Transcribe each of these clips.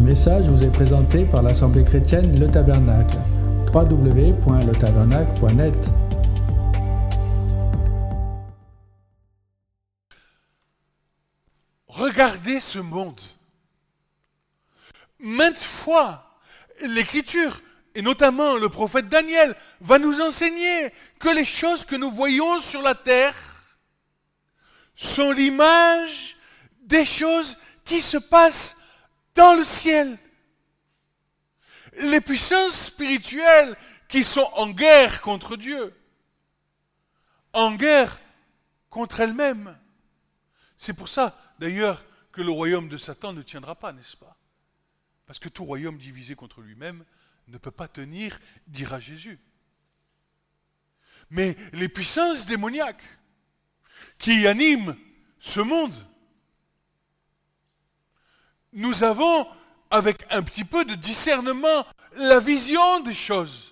message vous est présenté par l'Assemblée chrétienne Le Tabernacle. www.letabernacle.net. Regardez ce monde. Maintes fois, l'Écriture, et notamment le prophète Daniel, va nous enseigner que les choses que nous voyons sur la terre sont l'image des choses qui se passent dans le ciel. Les puissances spirituelles qui sont en guerre contre Dieu, en guerre contre elles-mêmes. C'est pour ça, d'ailleurs, que le royaume de Satan ne tiendra pas, n'est-ce pas? Parce que tout royaume divisé contre lui-même ne peut pas tenir, dira Jésus. Mais les puissances démoniaques qui animent ce monde, nous avons, avec un petit peu de discernement, la vision des choses.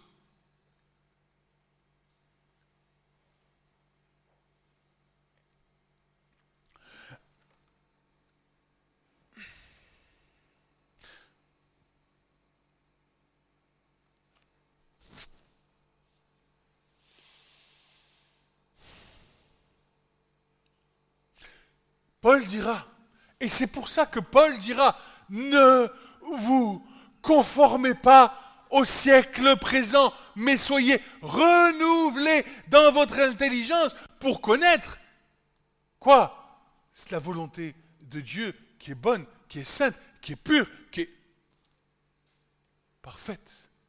Paul dira, et c'est pour ça que Paul dira, ne vous conformez pas au siècle présent, mais soyez renouvelés dans votre intelligence pour connaître quoi? C'est la volonté de Dieu qui est bonne, qui est sainte, qui est pure, qui est parfaite.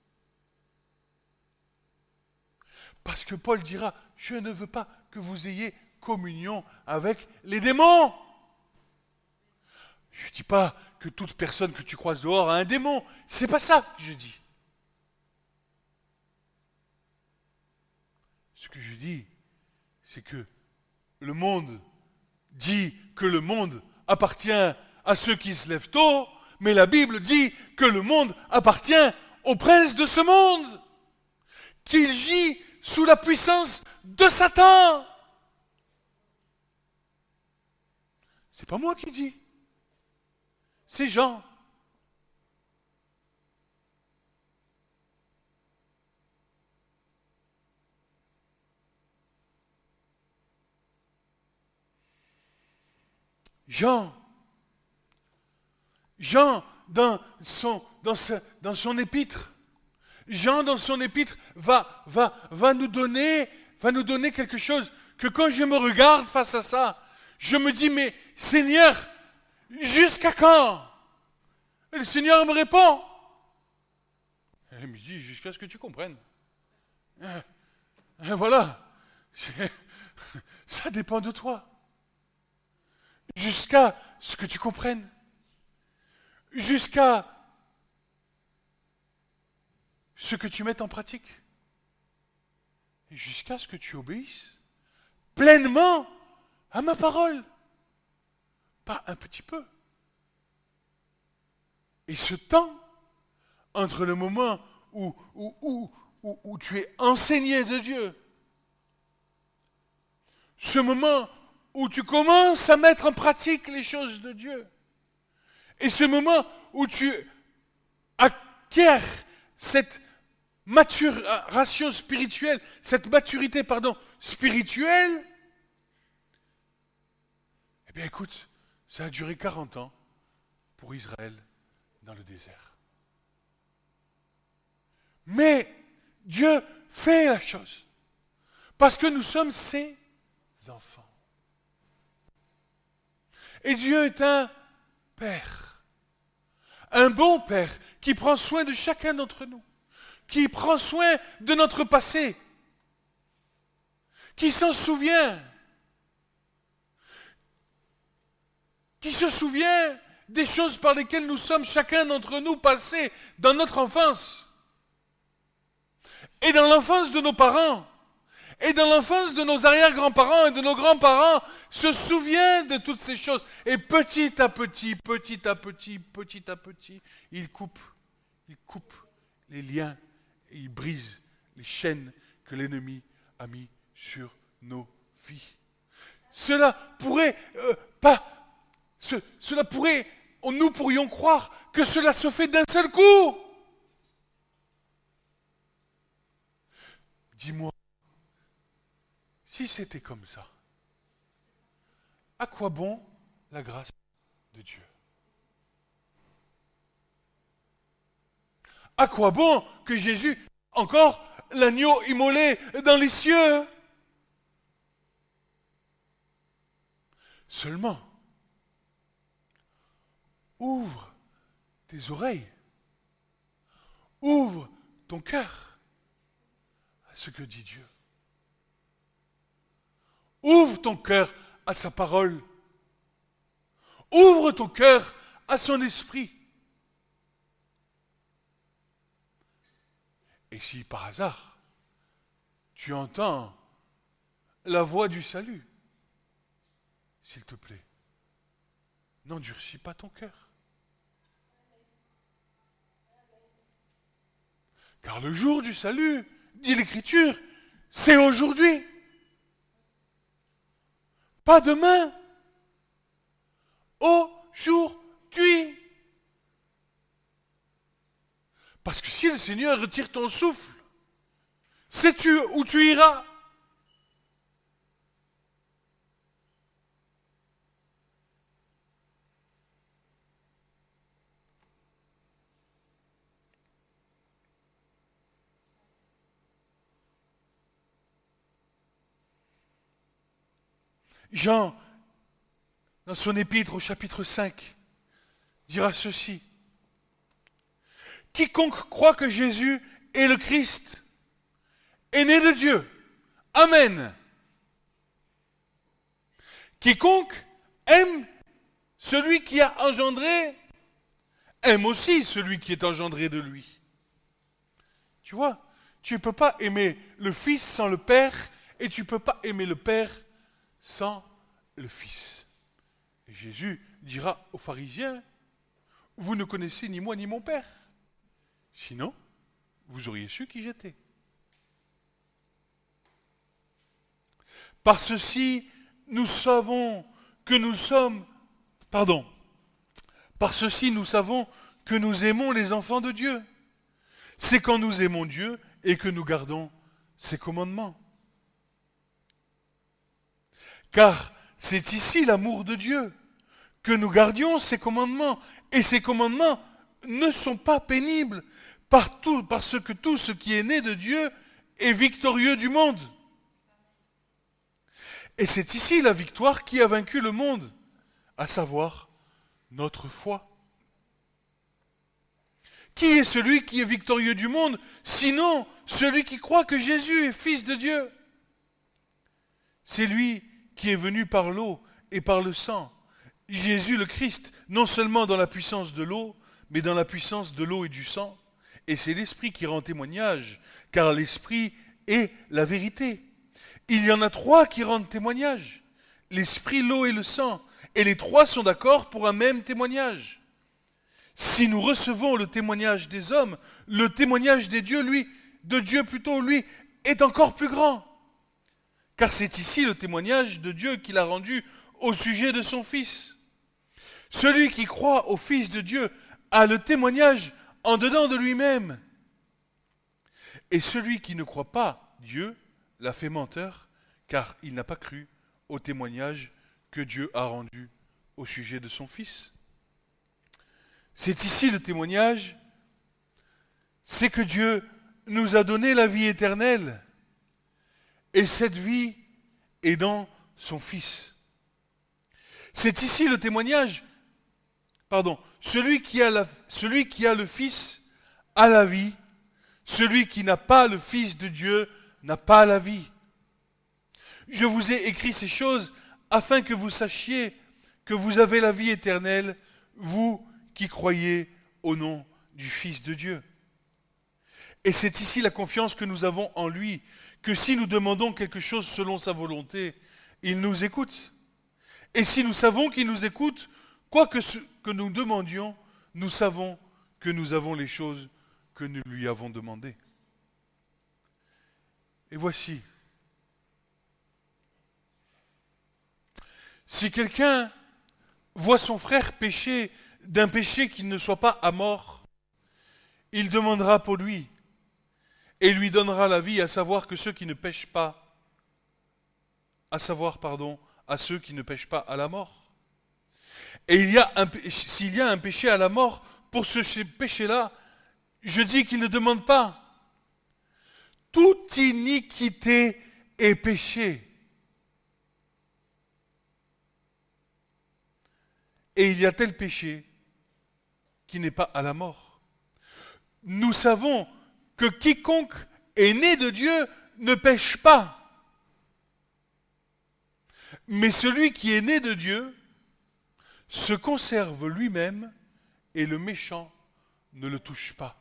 Parce que Paul dira, je ne veux pas que vous ayez communion avec les démons. Je ne dis pas que toute personne que tu croises dehors a un démon. C'est pas ça que je dis. Ce que je dis, c'est que le monde dit que le monde appartient à ceux qui se lèvent tôt, mais la Bible dit que le monde appartient au prince de ce monde, qu'il gît sous la puissance de Satan. C'est pas moi qui dis. C'est Jean. Jean, dans son épître, Jean, dans son épître, va nous donner quelque chose que quand je me regarde face à ça, je me dis, mais Seigneur, jusqu'à quand? Et le Seigneur me répond. Il me dit, jusqu'à ce que tu comprennes. Et voilà. Ça dépend de toi. Jusqu'à ce que tu comprennes. Jusqu'à ce que tu mettes en pratique. Et jusqu'à ce que tu obéisses pleinement à ma parole. Pas un petit peu. Et ce temps, entre le moment où tu es enseigné de Dieu, ce moment où tu commences à mettre en pratique les choses de Dieu, et ce moment où tu acquiers cette maturation spirituelle, cette maturité, spirituelle, eh bien écoute, ça a duré 40 ans pour Israël dans le désert. Mais Dieu fait la chose parce que nous sommes ses enfants. Et Dieu est un Père, un bon Père qui prend soin de chacun d'entre nous, qui prend soin de notre passé, qui s'en souvient, qui se souvient des choses par lesquelles nous sommes chacun d'entre nous passés dans notre enfance, et dans l'enfance de nos parents, et dans l'enfance de nos arrière-grands-parents et de nos grands-parents, se souvient de toutes ces choses. Et petit à petit, il coupe les liens et il brise les chaînes que l'ennemi a mis sur nos vies. Cela pourrait nous pourrions croire que cela se fait d'un seul coup. Dis-moi, si c'était comme ça, à quoi bon la grâce de Dieu? À quoi bon que Jésus, encore l'agneau immolé dans les cieux? Seulement, ouvre tes oreilles, ouvre ton cœur à ce que dit Dieu. Ouvre ton cœur à sa parole. Ouvre ton cœur à son esprit. Et si par hasard, tu entends la voix du salut, s'il te plaît, n'endurcis pas ton cœur. Car le jour du salut, dit l'Écriture, c'est aujourd'hui. Pas demain. Aujourd'hui. Parce que si le Seigneur retire ton souffle, sais-tu où tu iras? Jean, dans son épître au chapitre 5, dira ceci. Quiconque croit que Jésus est le Christ est né de Dieu. Amen. Quiconque aime celui qui a engendré, aime aussi celui qui est engendré de lui. Tu vois, tu ne peux pas aimer le Fils sans le Père, et tu ne peux pas aimer le Père sans le Fils. Et Jésus dira aux pharisiens, vous ne connaissez ni moi ni mon Père. Sinon, vous auriez su qui j'étais. Par ceci, nous savons que nous sommes... Par ceci, nous savons que nous aimons les enfants de Dieu. C'est quand nous aimons Dieu et que nous gardons ses commandements. Car c'est ici l'amour de Dieu, que nous gardions ses commandements. Et ces commandements ne sont pas pénibles, parce que tout ce qui est né de Dieu est victorieux du monde. Et c'est ici la victoire qui a vaincu le monde, à savoir notre foi. Qui est celui qui est victorieux du monde, sinon celui qui croit que Jésus est Fils de Dieu? C'est lui qui est venu par l'eau et par le sang. Jésus le Christ, non seulement dans la puissance de l'eau, mais dans la puissance de l'eau et du sang. Et c'est l'Esprit qui rend témoignage, car l'Esprit est la vérité. Il y en a trois qui rendent témoignage, l'Esprit, l'eau et le sang. Et les trois sont d'accord pour un même témoignage. Si nous recevons le témoignage des hommes, le témoignage de Dieu, lui, est encore plus grand. Car c'est ici le témoignage de Dieu qu'il a rendu au sujet de son Fils. Celui qui croit au Fils de Dieu a le témoignage en dedans de lui-même. Et celui qui ne croit pas Dieu l'a fait menteur, car il n'a pas cru au témoignage que Dieu a rendu au sujet de son Fils. C'est ici le témoignage, c'est que Dieu nous a donné la vie éternelle, et cette vie est dans son Fils. C'est ici le témoignage, celui qui a le Fils a la vie, celui qui n'a pas le Fils de Dieu n'a pas la vie. Je vous ai écrit ces choses afin que vous sachiez que vous avez la vie éternelle, vous qui croyez au nom du Fils de Dieu. Et c'est ici la confiance que nous avons en lui, que si nous demandons quelque chose selon sa volonté, il nous écoute. Et si nous savons qu'il nous écoute, quoi que ce que nous demandions, nous savons que nous avons les choses que nous lui avons demandées. Et voici, si quelqu'un voit son frère pécher d'un péché qui ne soit pas à mort, il demandera pour lui et lui donnera la vie, à savoir que ceux qui ne pêchent pas, à ceux qui ne pêchent pas à la mort. Et s'il y a un péché à la mort, pour ce péché-là, je dis qu'il ne demande pas. Toute iniquité est péché. Et il y a tel péché qui n'est pas à la mort. Nous savons que quiconque est né de Dieu ne pêche pas. Mais celui qui est né de Dieu se conserve lui-même et le méchant ne le touche pas.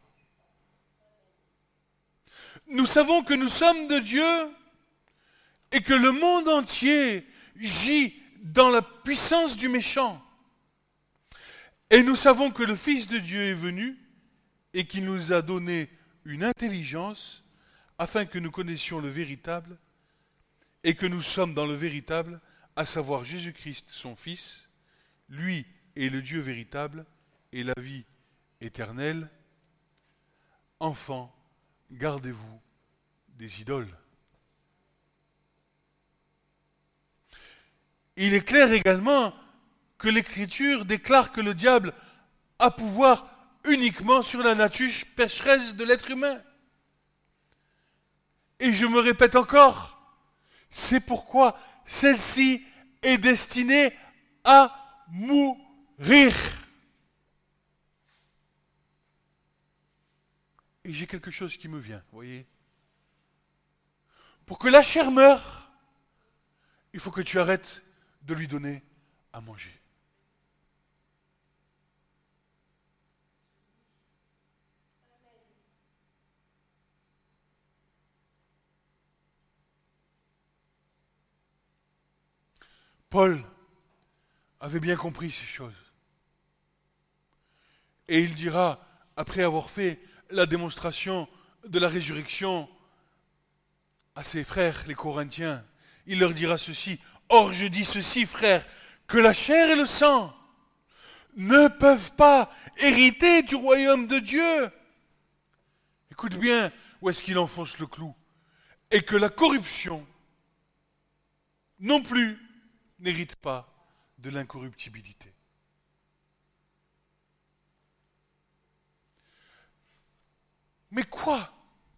Nous savons que nous sommes de Dieu et que le monde entier gît dans la puissance du méchant. Et nous savons que le Fils de Dieu est venu et qu'il nous a donné une intelligence afin que nous connaissions le véritable et que nous sommes dans le véritable, à savoir Jésus-Christ, son Fils. Lui est le Dieu véritable et la vie éternelle. Enfants, gardez-vous des idoles. Il est clair également que l'Écriture déclare que le diable a pouvoir uniquement sur la nature pécheresse de l'être humain. Et je me répète encore, c'est pourquoi celle-ci est destinée à mourir. Et j'ai quelque chose qui me vient, vous voyez. Pour que la chair meure, il faut que tu arrêtes de lui donner à manger. Paul avait bien compris ces choses. Et il dira, après avoir fait la démonstration de la résurrection à ses frères, les Corinthiens, il leur dira ceci: or je dis ceci, frères, que la chair et le sang ne peuvent pas hériter du royaume de Dieu. Écoute bien où est-ce qu'il enfonce le clou. Et que la corruption non plus n'hérite pas de l'incorruptibilité. Mais quoi?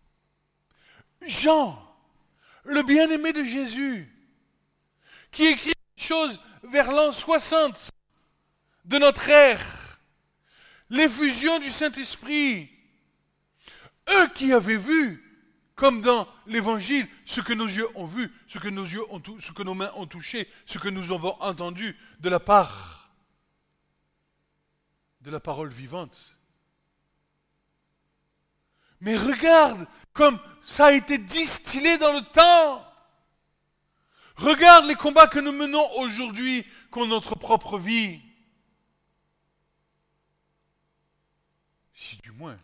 Jean, le bien-aimé de Jésus, qui écrit une chose vers l'an 60 de notre ère, l'effusion du Saint-Esprit, eux qui avaient vu, comme dans l'Évangile, ce que nos yeux ont vu, ce que nos mains ont touché, ce que nous avons entendu de la part de la parole vivante. Mais regarde comme ça a été distillé dans le temps. Regarde les combats que nous menons aujourd'hui contre notre propre vie. Si du moins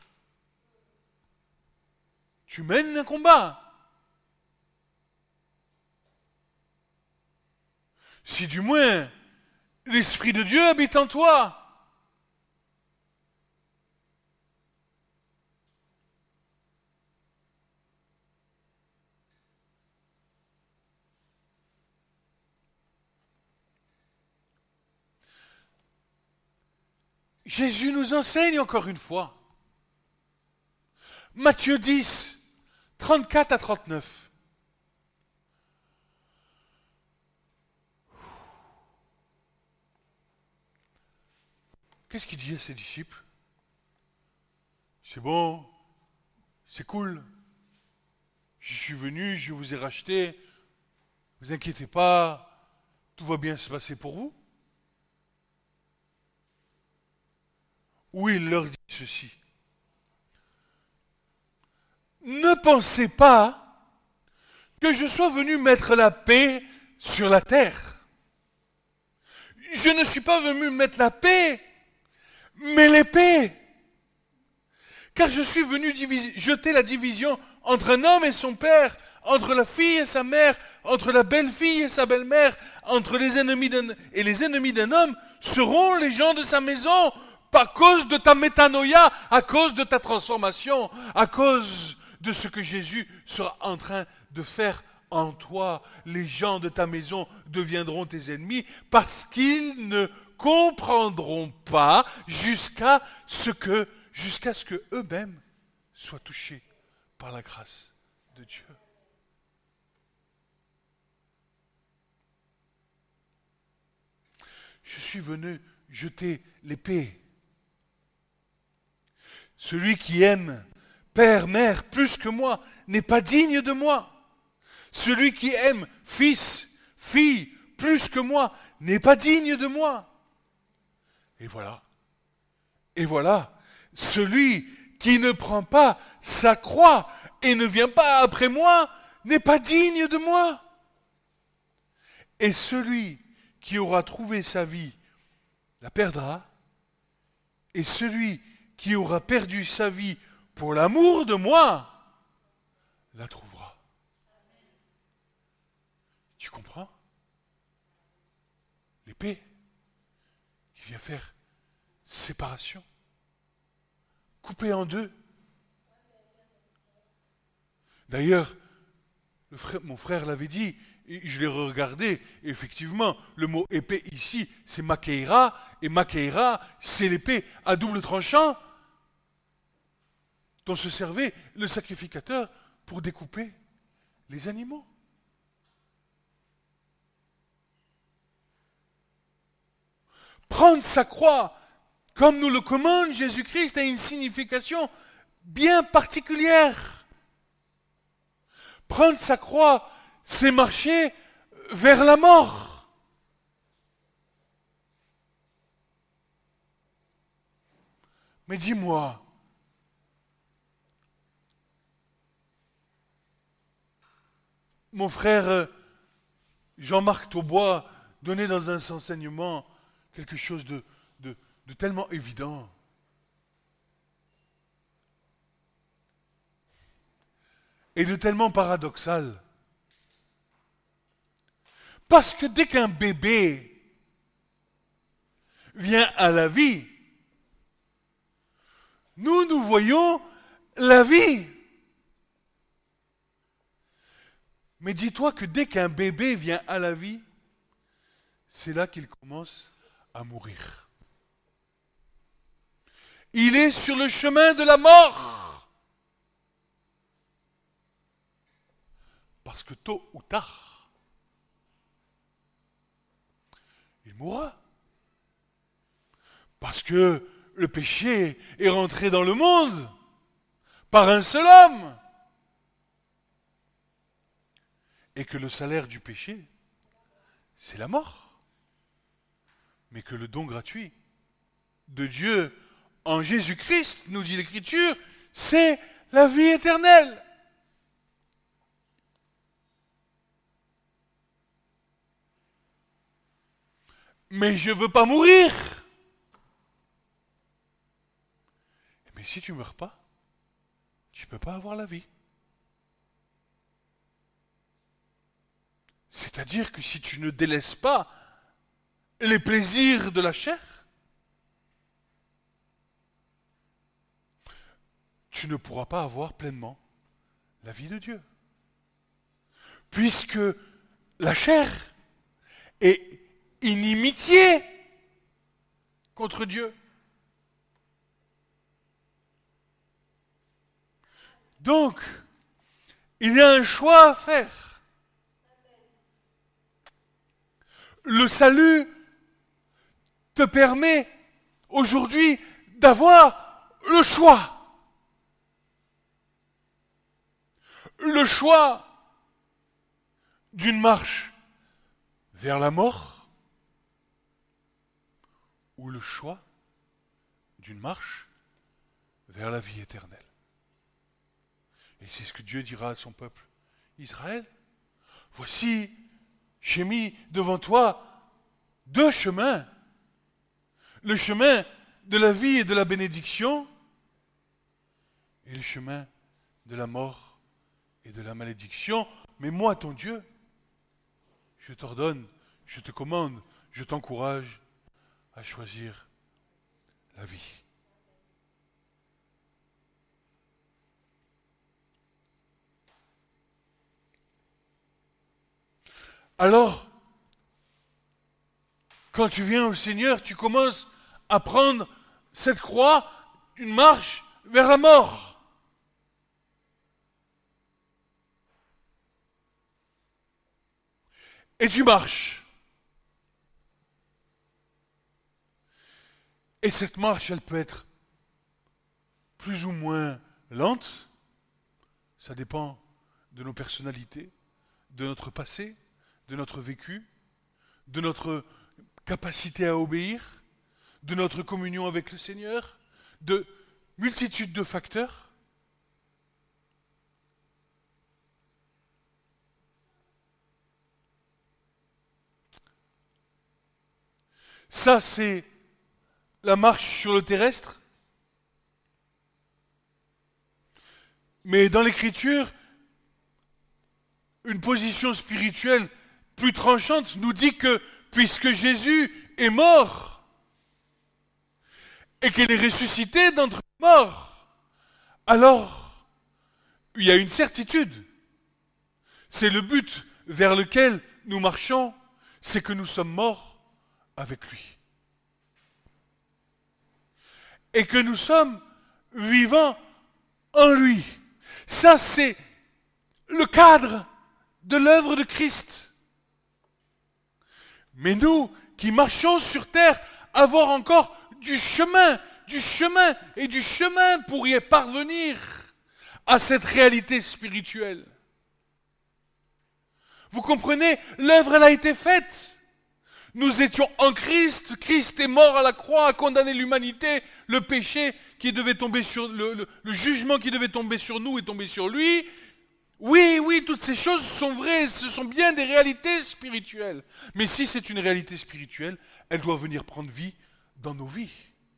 tu mènes un combat. Si du moins l'Esprit de Dieu habite en toi. Jésus nous enseigne encore une fois. Matthieu 10, 34 à 39. Qu'est-ce qu'il dit à ses disciples? C'est bon, c'est cool. Je suis venu, je vous ai racheté. Ne vous inquiétez pas, tout va bien se passer pour vous. Ou il leur dit ceci: ne pensez pas que je sois venu mettre la paix sur la terre. Je ne suis pas venu mettre la paix, mais l'épée. Car je suis venu jeter la division entre un homme et son père, entre la fille et sa mère, entre la belle-fille et sa belle-mère, entre les ennemis d'un homme, seront les gens de sa maison, à cause de ta métanoïa, à cause de ta transformation, à cause de ce que Jésus sera en train de faire en toi. Les gens de ta maison deviendront tes ennemis parce qu'ils ne comprendront pas jusqu'à ce que eux-mêmes soient touchés par la grâce de Dieu. Je suis venu jeter l'épée. Celui qui aime père, mère plus que moi n'est pas digne de moi. Celui qui aime fils, fille plus que moi n'est pas digne de moi. Et voilà, celui qui ne prend pas sa croix et ne vient pas après moi n'est pas digne de moi. Et celui qui aura trouvé sa vie la perdra, et celui qui aura perdu sa vie pour l'amour de moi la trouvera. Tu comprends? L'épée qui vient faire séparation, couper en deux. D'ailleurs, mon frère l'avait dit, et je l'ai regardé, et effectivement, le mot épée ici, c'est makeira, et makeira, c'est l'épée à double tranchant dont se servait le sacrificateur pour découper les animaux. Prendre sa croix, comme nous le commande Jésus-Christ, a une signification bien particulière. Prendre sa croix, c'est marcher vers la mort. Mais dis-moi, mon frère Jean-Marc Taubois donnait dans un enseignement quelque chose de tellement évident. Et de tellement paradoxal. Parce que dès qu'un bébé vient à la vie, nous voyons la vie. Mais dis-toi que dès qu'un bébé vient à la vie, c'est là qu'il commence à mourir. Il est sur le chemin de la mort. Parce que tôt ou tard, il mourra. Parce que le péché est rentré dans le monde par un seul homme. Et que le salaire du péché, c'est la mort. Mais que le don gratuit de Dieu en Jésus-Christ, nous dit l'Écriture, c'est la vie éternelle. Mais je ne veux pas mourir. Mais si tu ne meurs pas, tu ne peux pas avoir la vie. C'est-à-dire que si tu ne délaisses pas les plaisirs de la chair, tu ne pourras pas avoir pleinement la vie de Dieu. Puisque la chair est inimitié contre Dieu. Donc, il y a un choix à faire. Le salut te permet aujourd'hui d'avoir le choix. Le choix d'une marche vers la mort ou le choix d'une marche vers la vie éternelle. Et c'est ce que Dieu dira à son peuple Israël. Voici, j'ai mis devant toi deux chemins. Le chemin de la vie et de la bénédiction et le chemin de la mort et de la malédiction, mais moi, ton Dieu, je t'ordonne, je te commande, je t'encourage à choisir la vie. Alors, quand tu viens au Seigneur, tu commences à prendre cette croix, une marche vers la mort. Et tu marches. Et cette marche, elle peut être plus ou moins lente. Ça dépend de nos personnalités, de notre passé, de notre vécu, de notre capacité à obéir, de notre communion avec le Seigneur, de multitudes de facteurs. Ça, c'est la marche sur le terrestre. Mais dans l'Écriture, une position spirituelle plus tranchante nous dit que puisque Jésus est mort et qu'il est ressuscité d'entre les morts, alors il y a une certitude. C'est le but vers lequel nous marchons, c'est que nous sommes morts avec lui. Et que nous sommes vivants en lui. Ça, c'est le cadre de l'œuvre de Christ. Mais nous, qui marchons sur terre, avons encore du chemin et du chemin pour y parvenir à cette réalité spirituelle. Vous comprenez, l'œuvre, elle a été faite. Nous étions en Christ, Christ est mort à la croix, a condamné l'humanité, le péché qui devait tomber sur le jugement qui devait tomber sur nous est tombé sur lui. Oui, toutes ces choses sont vraies, ce sont bien des réalités spirituelles. Mais si c'est une réalité spirituelle, elle doit venir prendre vie dans nos vies.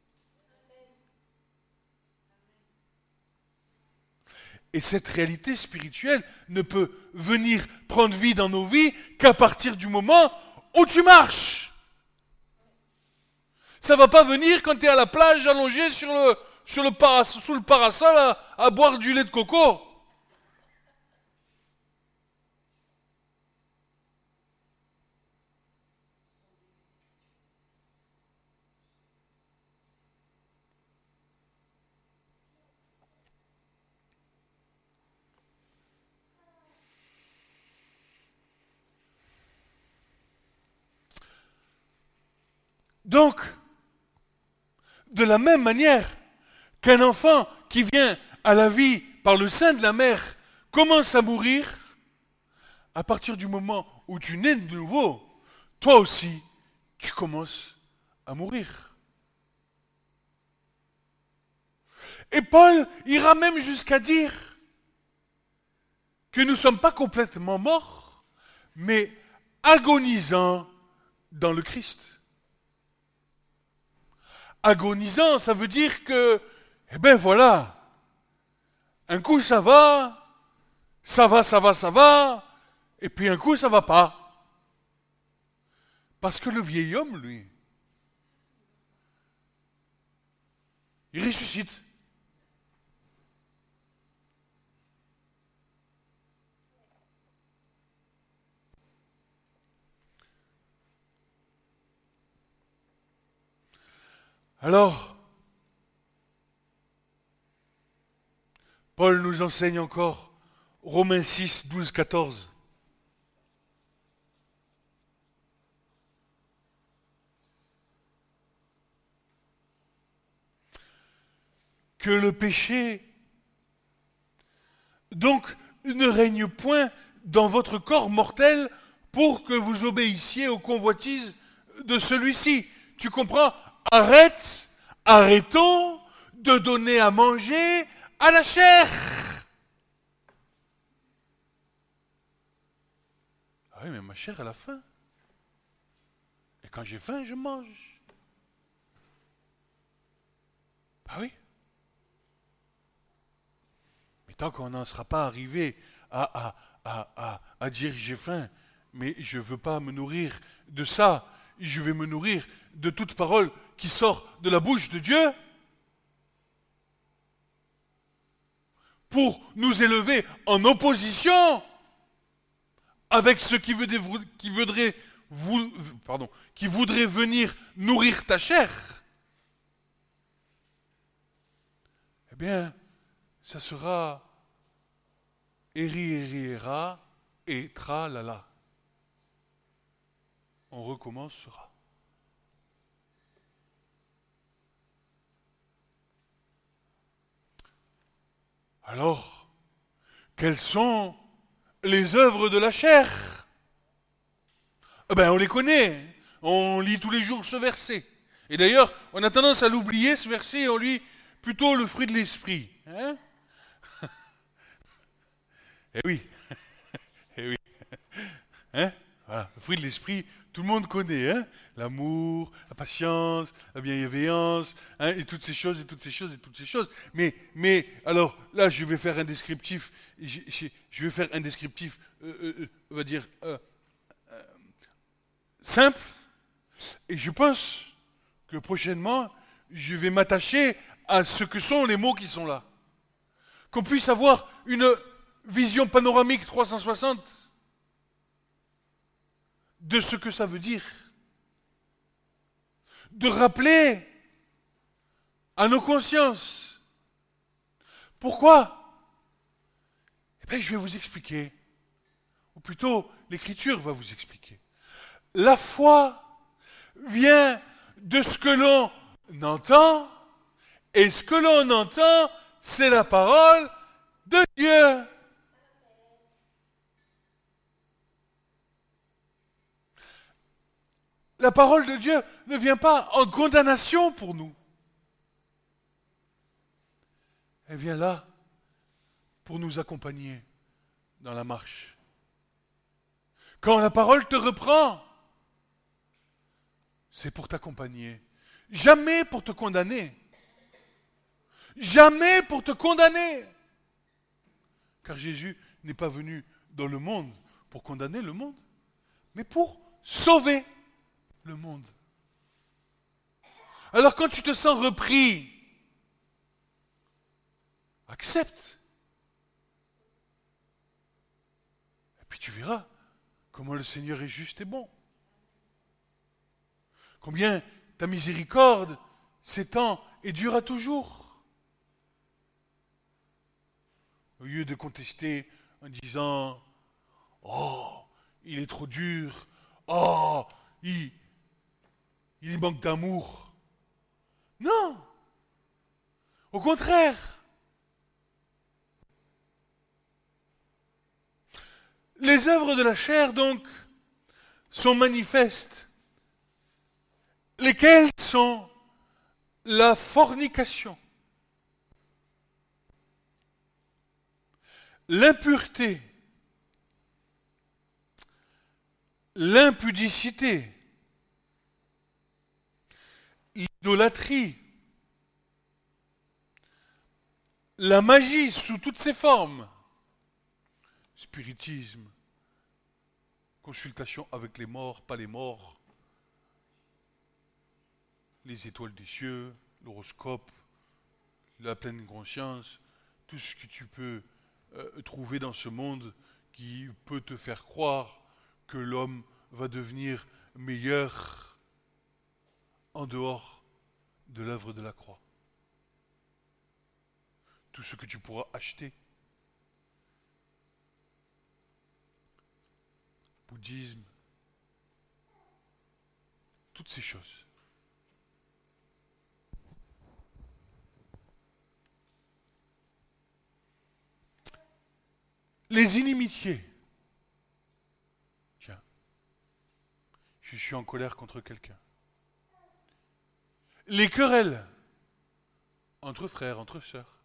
Et cette réalité spirituelle ne peut venir prendre vie dans nos vies qu'à partir du moment où tu marches. Ça ne va pas venir quand tu es à la plage allongé sous le parasol à boire du lait de coco. Donc, de la même manière qu'un enfant qui vient à la vie par le sein de la mère commence à mourir, à partir du moment où tu nais de nouveau, toi aussi, tu commences à mourir. Et Paul ira même jusqu'à dire que nous ne sommes pas complètement morts, mais agonisants dans le Christ. Agonisant, ça veut dire que, voilà, un coup ça va, et puis un coup ça va pas. Parce que le vieil homme, lui, il ressuscite. Alors, Paul nous enseigne encore Romains 6, 12, 14. Que le péché, donc, ne règne point dans votre corps mortel pour que vous obéissiez aux convoitises de celui-ci. Tu comprends? Arrêtons de donner à manger à la chair. Ah oui, mais ma chair, elle a faim. Et quand j'ai faim, je mange. Ah oui. Mais tant qu'on n'en sera pas arrivé à dire j'ai faim, mais je ne veux pas me nourrir de ça, je vais me nourrir de toute parole qui sort de la bouche de Dieu, pour nous élever en opposition avec ceux qui voudraient venir nourrir ta chair, eh bien, ça sera eri, et tra-la-la. On recommencera. Alors, quelles sont les œuvres de la chair? On les connaît. On lit tous les jours ce verset. Et d'ailleurs, on a tendance à l'oublier, ce verset, et on lit plutôt le fruit de l'esprit. Hein? Eh oui. Eh oui. Hein? Voilà, le fruit de l'esprit, tout le monde connaît, hein? L'amour, la patience, la bienveillance, hein? Et toutes ces choses, et toutes ces choses, et toutes ces choses. Mais alors là, je vais faire un descriptif, on va dire, simple, et je pense que prochainement, je vais m'attacher à ce que sont les mots qui sont là. Qu'on puisse avoir une vision panoramique 360 de ce que ça veut dire. De rappeler à nos consciences. Pourquoi? Je vais vous expliquer. Ou plutôt, l'Écriture va vous expliquer. La foi vient de ce que l'on entend, et ce que l'on entend, c'est la parole de Dieu. La parole de Dieu ne vient pas en condamnation pour nous. Elle vient là pour nous accompagner dans la marche. Quand la parole te reprend, c'est pour t'accompagner. Jamais pour te condamner. Jamais pour te condamner. Car Jésus n'est pas venu dans le monde pour condamner le monde, mais pour sauver le monde. Alors quand tu te sens repris, accepte. Et puis tu verras comment le Seigneur est juste et bon. Combien ta miséricorde s'étend et durera toujours. Au lieu de contester en disant « Oh, il est trop dur. Oh, il manque d'amour. » Non. Au contraire. Les œuvres de la chair, donc, sont manifestes. Lesquelles sont la fornication, l'impureté, l'impudicité, l'idolâtrie, la magie sous toutes ses formes, spiritisme, consultation avec les morts, pas les morts, les étoiles des cieux, l'horoscope, la pleine conscience, tout ce que tu peux trouver dans ce monde qui peut te faire croire que l'homme va devenir meilleur en dehors de l'œuvre de la croix. Tout ce que tu pourras acheter. Bouddhisme, toutes ces choses. Les inimitiés. Tiens, je suis en colère contre quelqu'un. Les querelles entre frères, entre sœurs.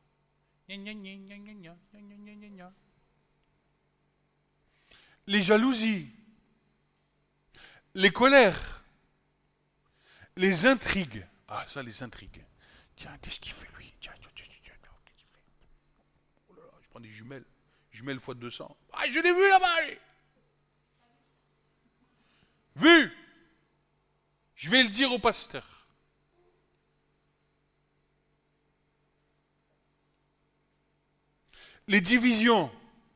Les jalousies, les colères, les intrigues. Ah, ça, les intrigues. Tiens, qu'est-ce qu'il fait lui? Tiens, qu'est-ce qu'il fait? Oh là là, prends des jumelles. Jumelles fois 200. Ah, je l'ai vu là-bas. Vu. Je vais le dire au pasteur. Les divisions.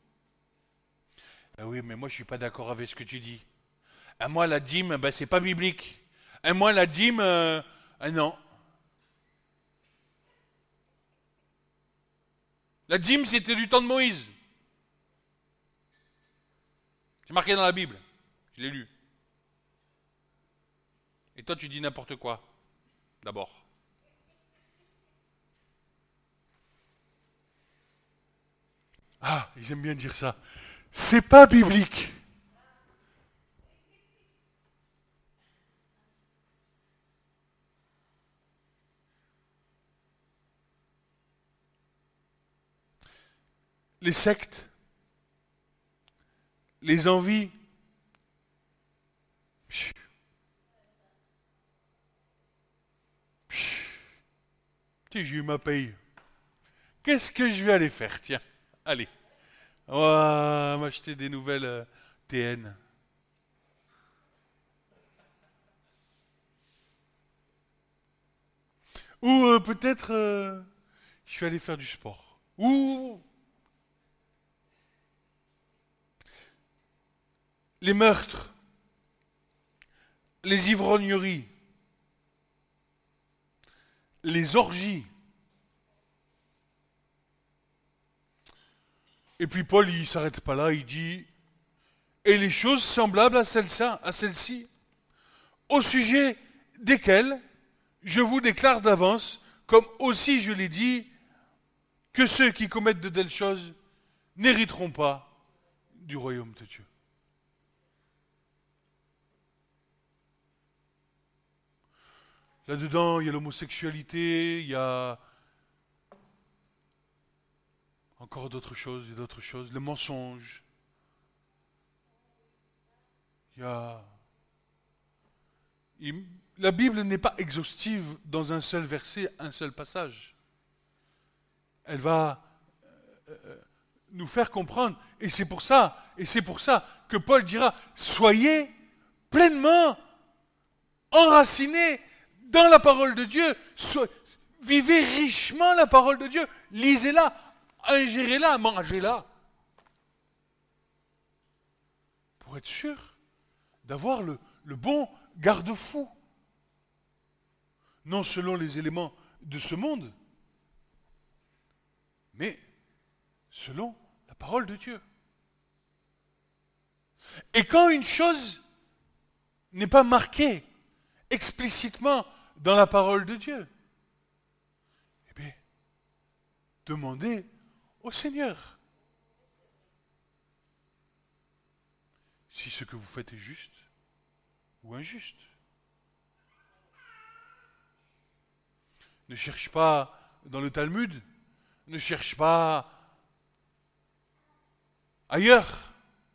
Ah oui, mais moi je suis pas d'accord avec ce que tu dis. À moi la dîme, c'est pas biblique. À moi la dîme, non. La dîme c'était du temps de Moïse. C'est marqué dans la Bible. Je l'ai lu. Et toi tu dis n'importe quoi. D'abord. Ah, ils aiment bien dire ça. C'est pas biblique. Les sectes, les envies. Tiens, j'ai eu ma paye. Qu'est-ce que je vais aller faire, tiens. Allez, on va m'acheter des nouvelles TN. Ou peut-être je vais aller faire du sport. Ou les meurtres, les ivrogneries, les orgies. Et puis Paul, il ne s'arrête pas là, il dit « Et les choses semblables à celles-ci, au sujet desquelles je vous déclare d'avance, comme aussi je l'ai dit, que ceux qui commettent de telles choses n'hériteront pas du royaume de Dieu. » Là-dedans, il y a l'homosexualité, il y a encore d'autres choses, le mensonge. La Bible n'est pas exhaustive dans un seul verset, un seul passage. Elle va nous faire comprendre, et c'est pour ça que Paul dira, soyez pleinement enracinés dans la parole de Dieu, vivez richement la parole de Dieu, lisez-la, ingérez-la, mangez-la, pour être sûr d'avoir le bon garde-fou, non selon les éléments de ce monde, mais selon la parole de Dieu. Et quand une chose n'est pas marquée explicitement dans la parole de Dieu, eh bien, demandez au Seigneur si ce que vous faites est juste ou injuste. Ne cherche pas dans le Talmud, ne cherche pas ailleurs.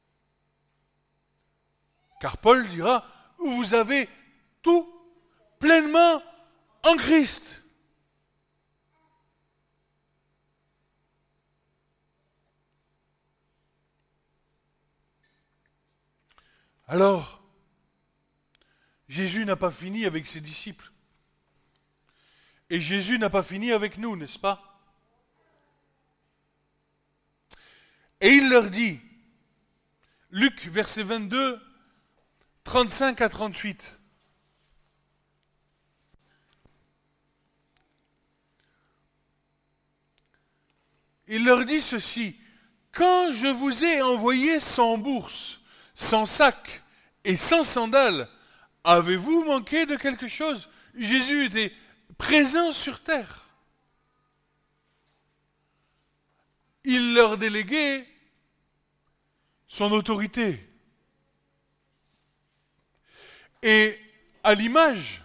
Car Paul dira, vous avez tout pleinement en Christ. Alors, Jésus n'a pas fini avec ses disciples. Et Jésus n'a pas fini avec nous, n'est-ce pas? Et il leur dit, Luc, verset 22, 35 à 38. Il leur dit ceci, quand je vous ai envoyé sans bourse, sans sac et sans sandales, avez-vous manqué de quelque chose? Jésus était présent sur terre. Il leur déléguait son autorité. Et à l'image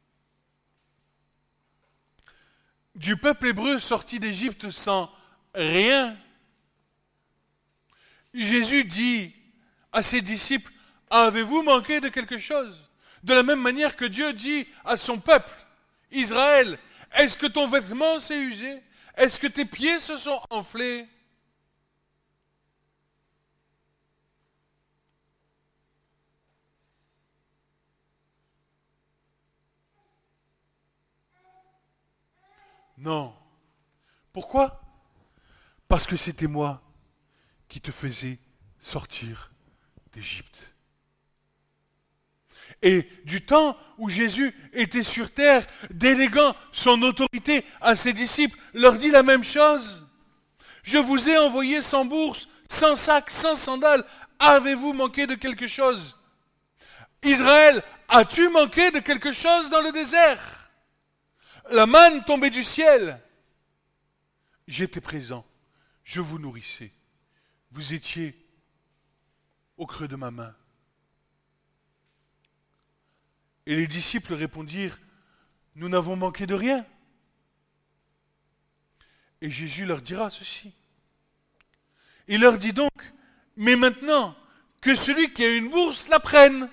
du peuple hébreu sorti d'Égypte sans rien, Jésus dit à ses disciples, avez-vous manqué de quelque chose? De la même manière que Dieu dit à son peuple, Israël, est-ce que ton vêtement s'est usé? Est-ce que tes pieds se sont enflés? Non. Pourquoi ? Parce que c'était moi qui te faisais sortir d'Égypte. Et du temps où Jésus était sur terre, déléguant son autorité à ses disciples, leur dit la même chose. Je vous ai envoyé sans bourse, sans sac, sans sandales. Avez-vous manqué de quelque chose ? Israël, as-tu manqué de quelque chose dans le désert ? La manne tombait du ciel. J'étais présent, je vous nourrissais. Vous étiez au creux de ma main. Et les disciples répondirent, nous n'avons manqué de rien. Et Jésus leur dira ceci. Il leur dit donc, mais maintenant, que celui qui a une bourse la prenne.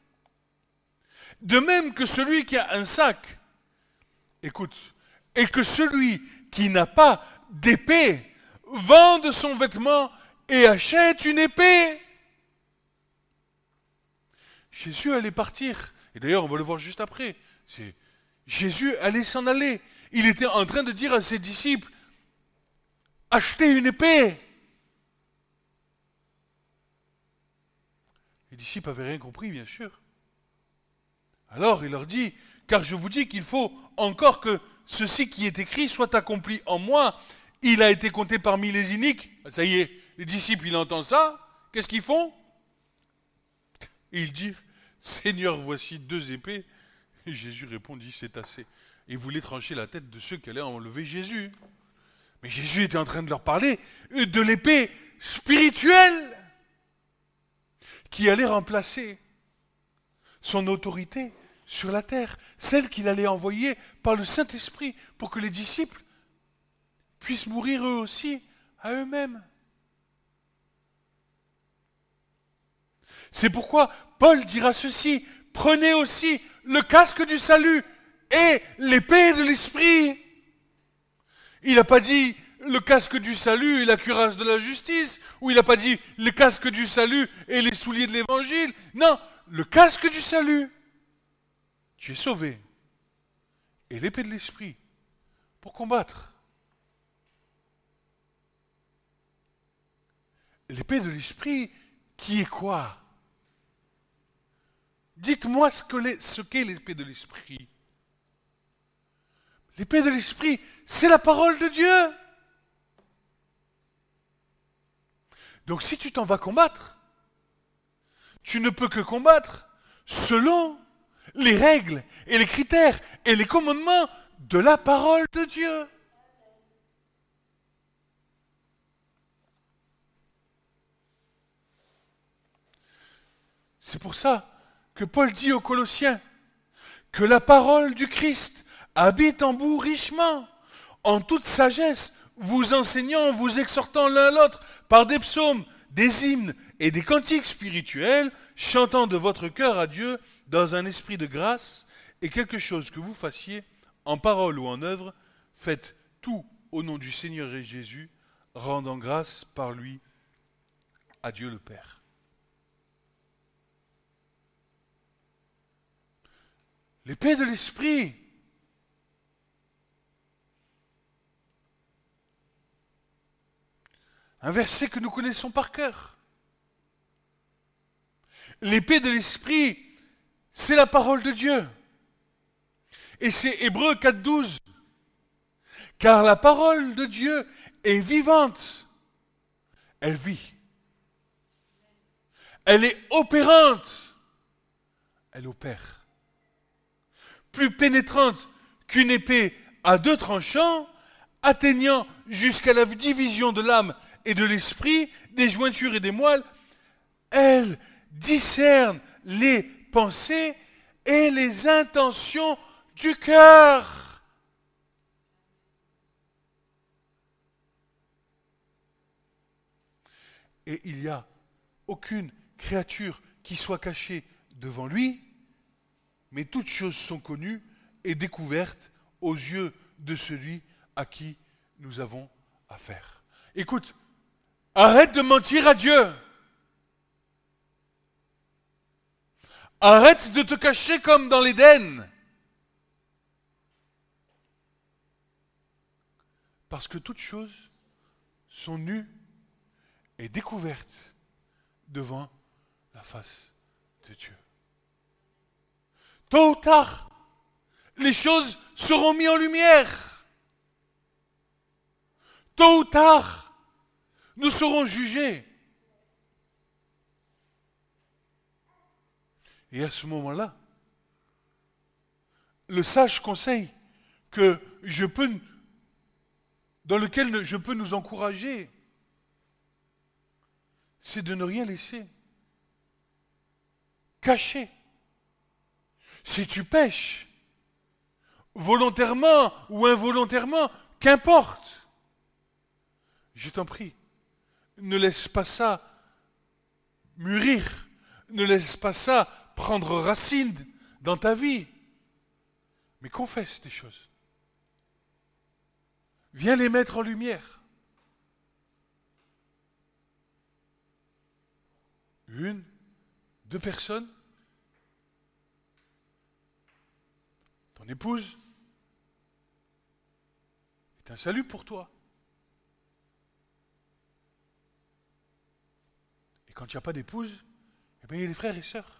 De même que celui qui a un sac, écoute, et que celui qui n'a pas d'épée vende son vêtement et achète une épée. Jésus allait partir. Et d'ailleurs, on va le voir juste après. Jésus allait s'en aller. Il était en train de dire à ses disciples, achetez une épée. Les disciples n'avaient rien compris, bien sûr. Alors il leur dit, car je vous dis qu'il faut encore que ceci qui est écrit soit accompli en moi. Il a été compté parmi les iniques. Ça y est, les disciples, ils entendent ça. Qu'est-ce qu'ils font ? Ils disent, Seigneur, voici 2 épées. Et Jésus répondit, c'est assez. Et voulait trancher la tête de ceux qui allaient enlever Jésus. Mais Jésus était en train de leur parler de l'épée spirituelle qui allait remplacer son autorité sur la terre, celle qu'il allait envoyer par le Saint-Esprit pour que les disciples puissent mourir eux aussi à eux-mêmes. C'est pourquoi Paul dira ceci, prenez aussi le casque du salut et l'épée de l'esprit. Il n'a pas dit le casque du salut et la cuirasse de la justice, ou il n'a pas dit le casque du salut et les souliers de l'évangile. Non, le casque du salut. Tu es sauvé. Et l'épée de l'esprit pour combattre. L'épée de l'esprit qui est quoi ? Dites-moi ce qu'est l'épée de l'esprit. L'épée de l'esprit, c'est la parole de Dieu. Donc si tu t'en vas combattre, tu ne peux que combattre selon les règles et les critères et les commandements de la parole de Dieu. C'est pour ça que Paul dit aux Colossiens que la parole du Christ habite en vous richement, en toute sagesse, vous enseignant, vous exhortant l'un l'autre par des psaumes, des hymnes et des cantiques spirituels, chantant de votre cœur à Dieu dans un esprit de grâce, et quelque chose que vous fassiez, en parole ou en œuvre, faites tout au nom du Seigneur Jésus, rendant grâce par lui à Dieu le Père. L'épée de l'esprit. Un verset que nous connaissons par cœur. L'épée de l'esprit, c'est la parole de Dieu. Et c'est Hébreux 4,12. Car la parole de Dieu est vivante. Elle vit. Elle est opérante. Elle opère. Plus pénétrante qu'une épée à 2 tranchants, atteignant jusqu'à la division de l'âme et de l'esprit, des jointures et des moelles, elle discerne les pensées et les intentions du cœur. Et il n'y a aucune créature qui soit cachée devant lui, mais toutes choses sont connues et découvertes aux yeux de celui à qui nous avons affaire. Écoute, arrête de mentir à Dieu. Arrête de te cacher comme dans l'Éden. Parce que toutes choses sont nues et découvertes devant la face de Dieu. Tôt ou tard, les choses seront mises en lumière. Tôt ou tard, nous serons jugés. Et à ce moment-là, le sage conseil dans lequel je peux nous encourager, c'est de ne rien laisser caché. Si tu pèches, volontairement ou involontairement, qu'importe, je t'en prie, ne laisse pas ça mûrir, ne laisse pas ça prendre racine dans ta vie, mais confesse tes choses. Viens les mettre en lumière. Une, deux personnes, ton épouse est un salut pour toi. Et quand il n'y a pas d'épouse, eh bien, il y a les frères et sœurs.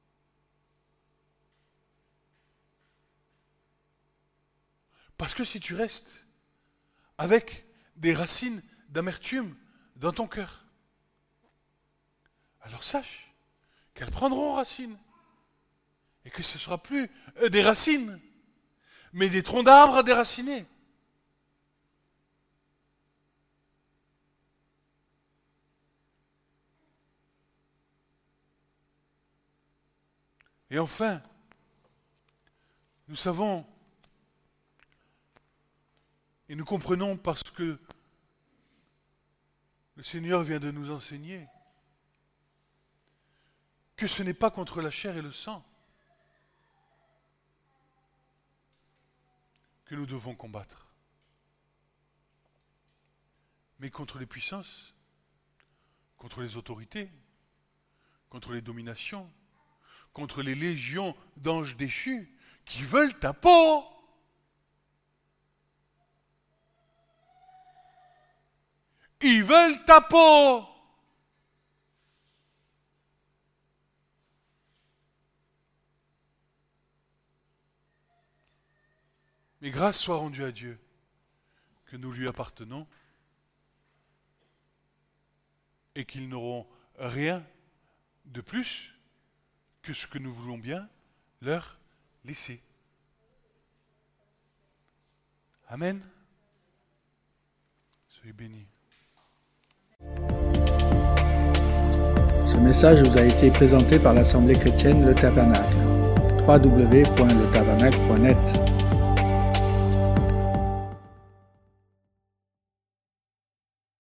Parce que si tu restes avec des racines d'amertume dans ton cœur, alors sache qu'elles prendront racine. Et que ce ne sera plus des racines, mais des troncs d'arbres déracinés. Et enfin, nous savons et nous comprenons parce que le Seigneur vient de nous enseigner que ce n'est pas contre la chair et le sang que nous devons combattre, mais contre les puissances, contre les autorités, contre les dominations, contre les légions d'anges déchus qui veulent ta peau. Ils veulent ta peau. Mais grâce soit rendue à Dieu que nous lui appartenons et qu'ils n'auront rien de plus que ce que nous voulons bien leur laisser. Amen. Soyez bénis. Ce message vous a été présenté par l'Assemblée chrétienne Le Tabernacle. www.letabernacle.net